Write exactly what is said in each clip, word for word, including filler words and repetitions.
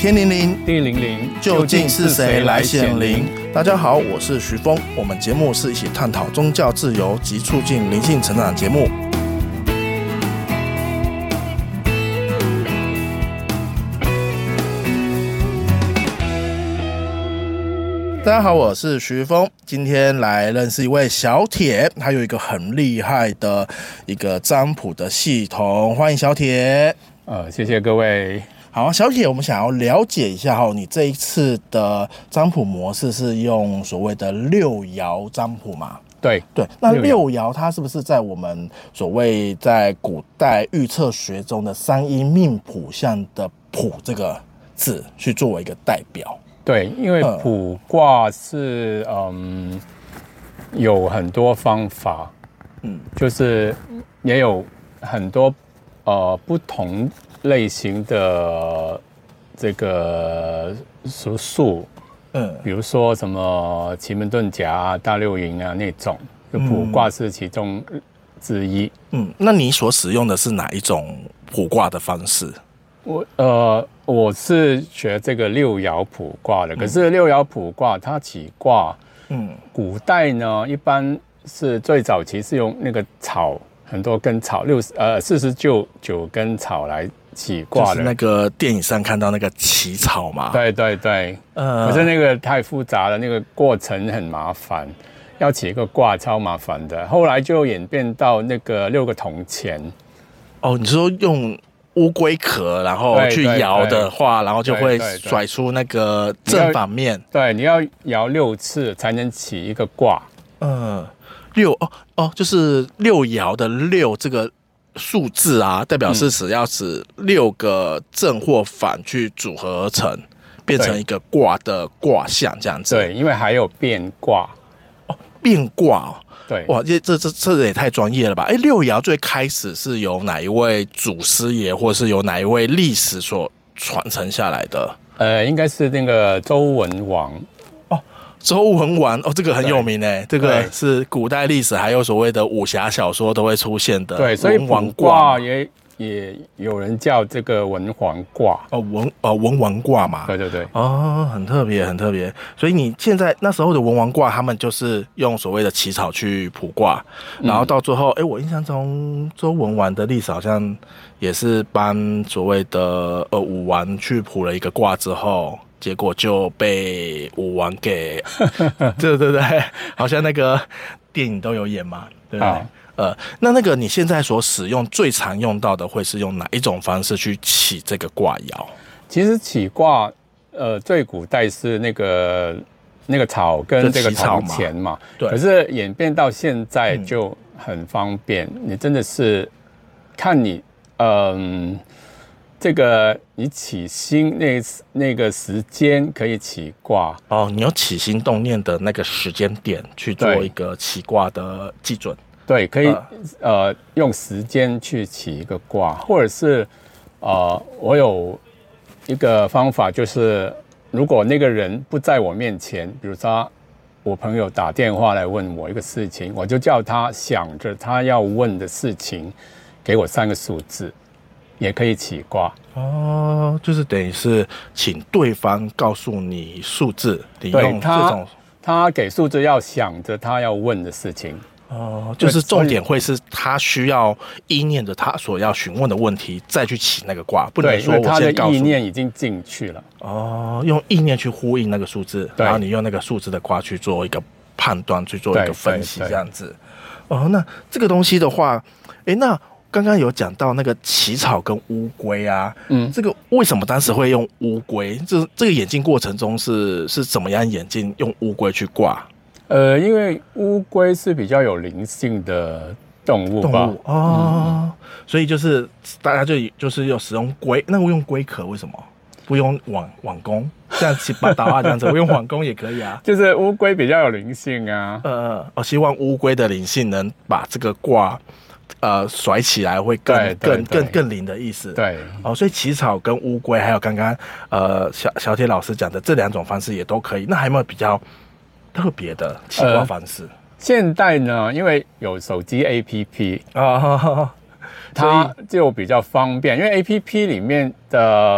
天灵灵， 地灵灵， 究竟是谁来显灵？大家好，我是徐峰，我们节目是一起探讨宗教自由及促进灵性成长的节目。大家好，我是徐峰，今天来认识一位小铁，他有一个很厉害的一个占卜的系统，欢迎小铁。 呃，谢谢各位。 好，小铁，我们想要了解一下哈，你这一次的占卜模式是用所谓的六爻占卜嘛？ 对对，那六爻它是不是在我们所谓在古代预测学中的三一命谱象的卜这个字去作为一个代表？ 对，因为卜卦是嗯有很多方法，嗯，就是也有很多呃不同类型的这个术数，嗯，比如说什么奇门遁甲啊、大六垠啊那种，就卜卦是其中之一。 嗯，那你所使用的是哪一种卜卦的方式？ 我呃，我是学这个六爻卜卦的，可是六爻卜卦它起卦，嗯，古代呢一般是最早期是用那个草，很多根草，六十呃四十九九根草来起卦的， 就是那个电影上看到那个起草嘛。 对对对，呃，可是那个太复杂了，那个过程很麻烦，要起一个卦超麻烦的。后来就演变到那个六个铜钱。 哦，你说用乌龟壳，然后去摇的话，然后就会甩出那个正反面。 对，你要摇六次才能起一个卦。 嗯，六哦哦，就是六爻的六这个数字啊，代表是只要使六个正或反去组合而成，变成一个卦的卦象这样子。 对，因为还有变卦。 哦，变卦哦。 对， 哇，这这这这也太专业了吧！哎，六爻最开始是由哪一位祖师爷，或是由哪一位历史所传承下来的？ 呃，应该是那个周文王。 哦，周文王哦，这个很有名哎，这个是古代历史还有所谓的武侠小说都会出现的。 对，所以卜卦也也有人叫这个文王卦哦，文呃文王卦嘛。 对对对。 哦，很特别，很特别。所以你现在那时候的文王卦，他们就是用所谓的起草去卜卦，然后到最后，哎、嗯，我印象中周文王的历史好像也是帮所谓的呃武王去卜了一个卦之后，结果就被武王给，对对对，好像那个电影都有演嘛，对不对？呃，那那个你现在所使用最常用到的会是用哪一种方式去起这个卦爻？ 其实起卦，呃，最古代是那个那个草跟这个铜钱嘛，对。可是演变到现在就很方便，嗯、你真的是看你，嗯、呃，这个你起心那那个时间可以起卦哦，你有起心动念的那个时间点去做一个起卦的基准。 对，可以、呃, 呃用时间去起一个卦，或者是呃我有一个方法，就是如果那个人不在我面前，比如说我朋友打电话来问我一个事情，我就叫他想着他要问的事情，给我三个数字，也可以起卦。 哦，就是等于是请对方告诉你数字，你用这种他, 他给数字要想着他要问的事情。 哦，就是重点会是他需要意念着他所要询问的问题，再去起那个卦，不能说我先告诉你他的意念已经进去了。 哦，用意念去呼应那个数字，然后你用那个数字的卦去做一个判断，去做一个分析，这样子。哦，那这个东西的话，哎，那刚刚有讲到那个起草跟乌龟啊，嗯，这个为什么当时会用乌龟？这这个演进过程中是是怎么样演进用乌龟去卦？ 呃，因为乌龟是比较有灵性的动物吧， 动物哦、嗯，所以就是大家就就是有使用龟，那我用龟壳为什么不用网网弓？这样七八刀啊，这样子我用网弓也可以啊。 就是乌龟比较有灵性啊， 呃，我希望乌龟的灵性能把这个卦呃甩起来，会更更更更灵的意思。 对， 哦，所以起草跟乌龟，还有刚刚呃小小铁老师讲的这两种方式也都可以。那还有没有比较特别的起卦方式、呃？ 现代呢，因为有手机 A P P 啊， 哦、 它就比较方便，因为 A P P 里面的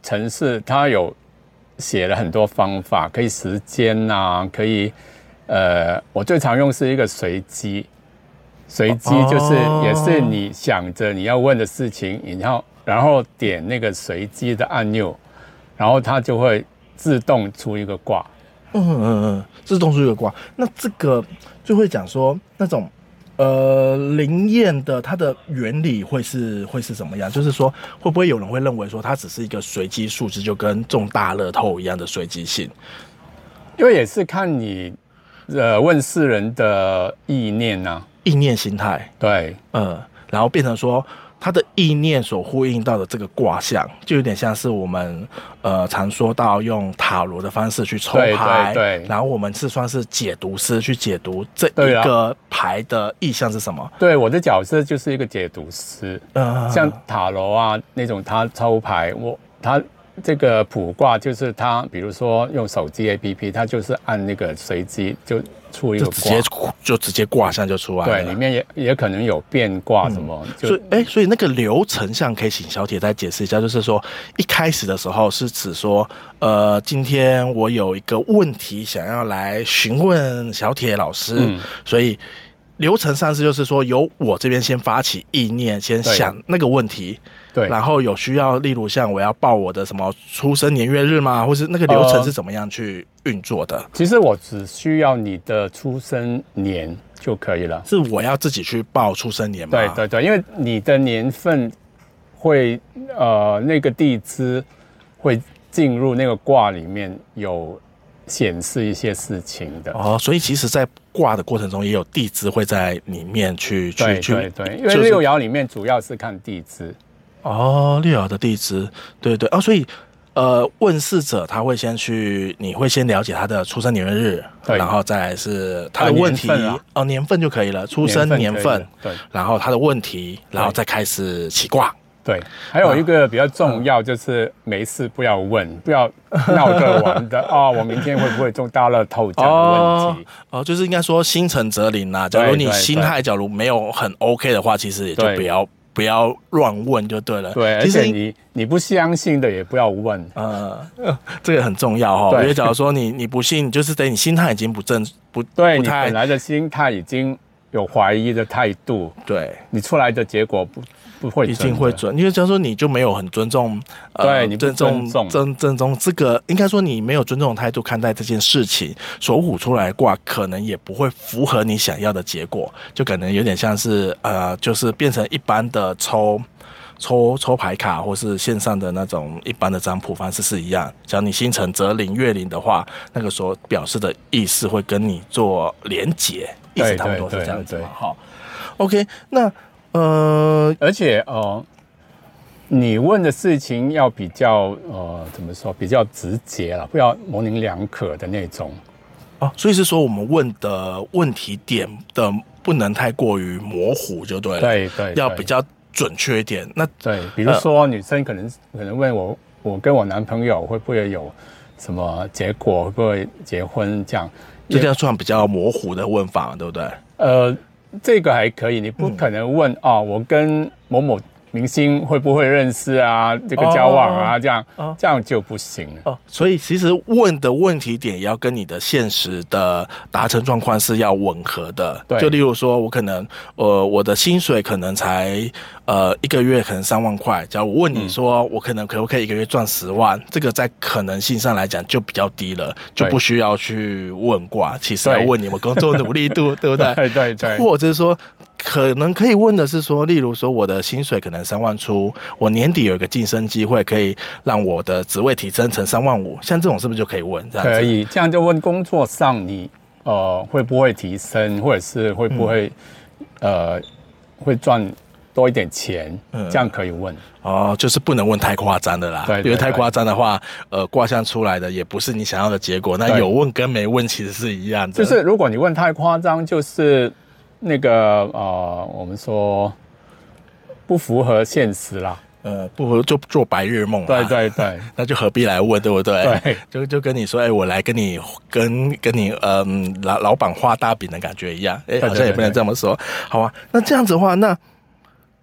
程式它有写了很多方法，可以时间啊，可以呃，我最常用是一个随机，随机就是也是你想着你要问的事情，然后然后点那个随机的按钮，然后它就会自动出一个卦。 嗯嗯嗯，自动出一个卦。那这个就会讲说那种呃灵验的它的原理会是会是怎么样？就是说会不会有人会认为说它只是一个随机数字，就跟中大乐透一样的随机性？ 因为也是看你呃问世人的意念啊， 意念心态。 对， 呃，然后变成说。他的意念所呼应到的这个卦象，就有点像是我们呃常说到用塔罗的方式去抽牌， 对对对， 然后我们是算是解读师去解读这一个牌的意象是什么。 对，我的角色就是一个解读师， 呃， 像塔罗啊那种，他抽牌，我他这个卜卦就是他，比如说用手机 A P P， 他就是按那个随机就出一个卦， 就直接就直接卦象就出来了。 对，里面也也可能有变卦什么。嗯、就所以，哎，所以那个流程上可以请小铁再解释一下，就是说一开始的时候是指说，呃，今天我有一个问题想要来询问小铁老师，嗯、所以流程上是就是说由我这边先发起意念，先想那个问题。 对， 然后有需要，例如像我要报我的什么出生年月日吗？或是那个流程是怎么样去运作的？呃、 其实我只需要你的出生年就可以了。 是我要自己去报出生年吗？ 对对对，因为你的年份会呃那个地支会进入那个卦里面有显示一些事情的。 哦，所以其实在卦的过程中也有地支会在里面去去去。 对对对，因为六爻里面主要是看地支。 哦，六爻的地支，对对哦，所以呃，问世者他会先去，你会先了解他的出生年月日，然后再来是他的问题， 年啊、 哦，年份就可以了，出生年份， 年份对， 然后他的问题，然后再开始起卦。 对，还有一个比较重要，就是没事不要问，不要闹着玩的哦。我明天会不会中大乐透这样的问题？ 哦，哦就是应该说心诚则灵啦。假如你心态假如没有很 OK 的话，其实也就不要。不要乱问就对了。 对，而且你你不相信的也不要问。 呃，这个很重要哈、哦。因为假如说你你不信，就是等你心态已经不正不对， 不太你本来的心态已经有怀疑的态度， 对， 你出来的结果不不会准， 一定会准。因为假如说你就没有很尊重， 呃、对，你不尊重正正宗这个，应该说你没有尊重的态度看待这件事情，所唬出来的卦可能也不会符合你想要的结果，就可能有点像是呃，就是变成一般的抽抽抽牌卡，或是线上的那种一般的占卜方式是一样。只要你心诚则灵月灵的话，那个所表示的意思会跟你做连结，意思差不多是这样子嘛。好 ，OK， 那。呃， 而且呃，你问的事情要比较呃，怎么说？比较直接啦，不要模棱两可的那种。 哦，所以是说我们问的问题点的不能太过于模糊，就对了。 对 对, 对， 要比较准确一点。那对，比如说、呃、女生可能可能问我，我跟我男朋友会不会有什么结果？会不会结婚？这样， 这样算比较模糊的问法，对不对？ 呃。这个还可以，你不可能问啊、嗯哦，我跟某某明星会不会认识啊？这个交往啊，哦、这样、哦、这样就不行了。 哦，所以其实问的问题点也要跟你的现实的达成状况是要吻合的。 对， 就例如说，我可能呃我的薪水可能才呃一个月可能三万块，假如我问你说、嗯、我可能可不可以一个月赚十万，这个在可能性上来讲就比较低了，就不需要去问卦，其实要问你们工作努力度，对不对？ 对对对， 或者是说。可能可以问的是说，例如说我的薪水可能三万出，我年底有一个晋升机会，可以让我的职位提升成三万五，像这种是不是就可以问？这样子可以，这样就问工作上你呃会不会提升，或者是会不会、嗯、呃会赚多一点钱、嗯，这样可以问。 哦，就是不能问太夸张的啦，对对对，因为太夸张的话，呃，卦象出来的也不是你想要的结果。那有问跟没问其实是一样的。 就是如果你问太夸张，就是那个呃，我们说不符合现实啦。 呃，不符合就做白日梦啦。 对对对， 那就何必来问，对不对？ 对， 就就跟你说，哎、欸，我来跟你跟跟你嗯老老板画大饼的感觉一样，哎、欸，好像也不能这么说。好啊，那这样子的话，那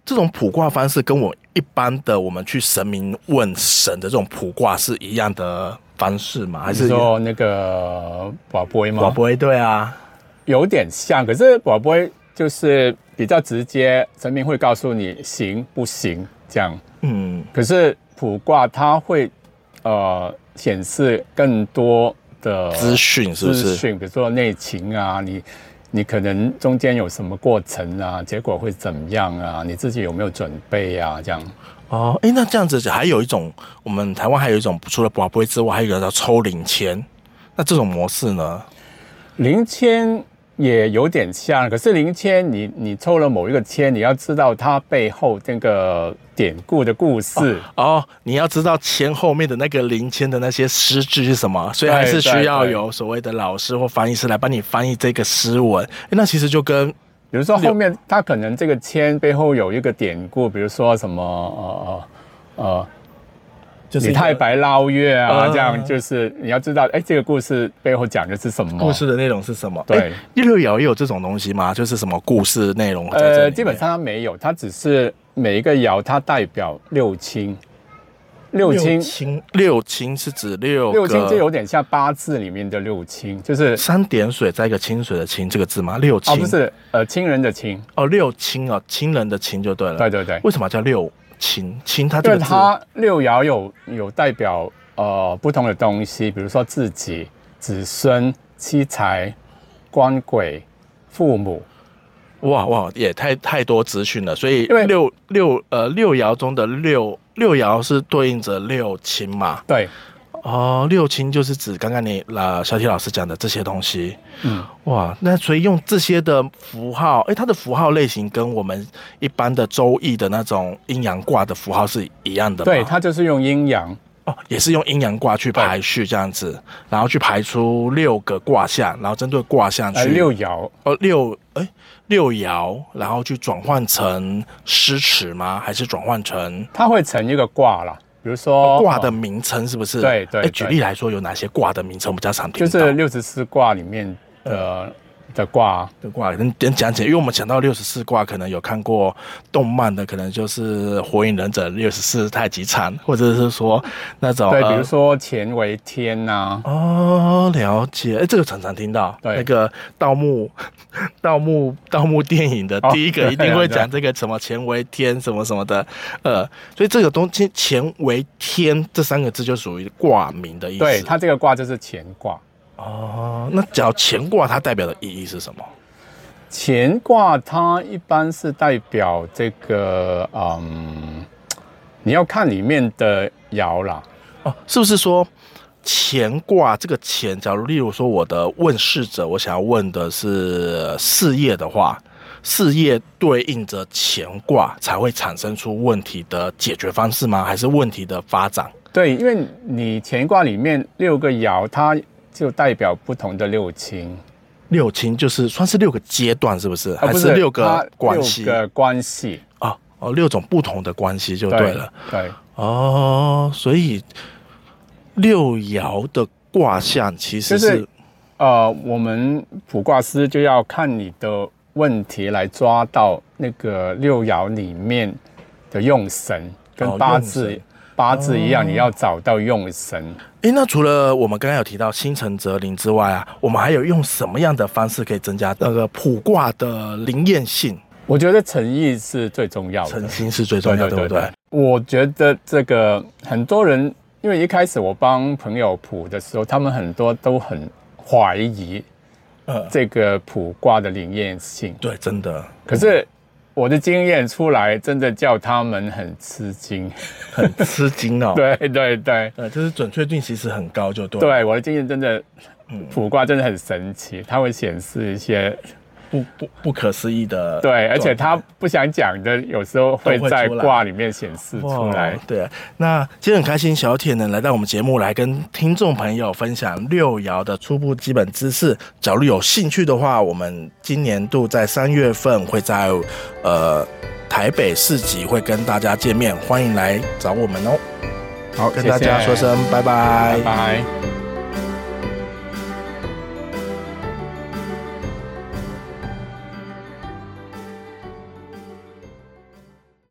这种卜卦方式跟我一般的我们去神明问神的这种卜卦是一样的方式吗？还是说那个卜卦吗？ 卜卦对啊， 有点像，可是卜卦就是比较直接，神明会告诉你行不行这样。嗯，可是卜卦它会呃显示更多的资讯，是不是？ 资讯，比如说内情啊，你你可能中间有什么过程啊，结果会怎么样啊？你自己有没有准备啊？这样。 哦，哎，那这样子还有一种，我们台湾还有一种，除了卜卦之外，还有一个叫抽灵签。那这种模式呢？ 灵签也有点像，可是灵签你你抽了某一个签，你要知道它背后那个典故的故事哦, 哦，你要知道签后面的那个灵签的那些诗句是什么，所以还是需要有所谓的老师或翻译师来帮你翻译这个诗文。那其实就跟比如说后面它可能这个签背后有一个典故，比如说什么呃呃呃。就是李太白捞月啊、呃，这样就是你要知道，哎，这个故事背后讲的是什么？ 故事的内容是什么？ 对， 六爻也有这种东西吗？就是什么故事内容？ 呃，基本上它没有，它只是每一个爻它代表六亲，六亲， 六亲，六亲是指六个， 六亲就有点像八字里面的六亲，就是三点水再一个清水的清这个字吗？六亲哦，不是，呃，亲人的亲哦，六亲哦，亲人的亲就对了。 对对对， 为什么叫六？亲亲，它这个字， 它六爻有有代表呃不同的东西，比如说自己、子孙、妻财、官鬼、父母。 哇哇，也太太多资讯了。所以六六呃六爻中的六六爻是对应着六亲嘛？ 对。 哦，六亲就是指刚刚你呃小铁老师讲的这些东西。嗯，哇，那所以用这些的符号，哎，它的符号类型跟我们一般的周易的那种阴阳卦的符号是一样的吗？ 对，它就是用阴阳。 哦，也是用阴阳卦去排序这样子，然后去排出六个卦象，然后针对卦象去、呃、 六爻哦六哎六爻，然后去转换成诗词吗？还是转换成？ 它会成一个卦啦。比如说卦、哦、的名称是不是？ 对 对, 对。 举例来说，有哪些卦的名称比较常听到？ 就是六十四卦里面的、嗯、的卦的卦，跟跟讲解，因为我们讲到六十四卦，可能有看过动漫的，可能就是《火影忍者》六十四太极禅，或者是说那种对，比如说乾为天呐、 啊。哦，了解。哎，这个常常听到。 对， 那个盗墓、盗墓、盗墓电影的第一个一定会讲这个什么乾为天什么什么的。呃，所以这个东西乾为天这三个字就属于卦名的意思。 对，它这个卦就是乾卦。 哦，那讲乾卦它代表的意义是什么？ 乾卦它一般是代表这个，嗯，你要看里面的爻啦。 哦，是不是说乾卦这个乾，假如例如说我的问事者，我想要问的是事业的话，事业对应着乾卦才会产生出问题的解决方式吗？还是问题的发展？ 对，因为你乾卦里面六个爻，它就代表不同的六亲。 六亲就是算是六个阶段，是不是？还是六个关系？ 六个关系哦哦，六种不同的关系就对了。 对, 对哦，所以六爻的卦象其实是、就是、 呃，我们卜卦师就要看你的问题来抓到那个六爻里面的用神，跟八字。哦八字一样，你要找到用神。 哎、哦，那除了我们刚刚有提到心诚则灵之外啊，我们还有用什么样的方式可以增加那个卜卦的灵验性？ 我觉得诚意是最重要的， 诚心是最重要的，对不对？ 我觉得这个很多人，因为一开始我帮朋友卜的时候，他们很多都很怀疑，呃，这个卜卦的灵验性。 对，真的。 可是我的经验出来，真的叫他们很吃惊， 很吃惊哦。 对对对， 呃，就是准确率其实很高，就对。 对，我的经验真的，卜卦真的很神奇，它会显示一些不不不可思议的。 对，而且他不想讲的，有时候会在卦里面显示出来。 对，那今天很开心，小铁能来到我们节目来跟听众朋友分享六爻的初步基本知识。假如有兴趣的话，我们今年度在三月份会在呃台北市集会跟大家见面，欢迎来找我们哦。好，跟大家说声拜拜， 拜拜。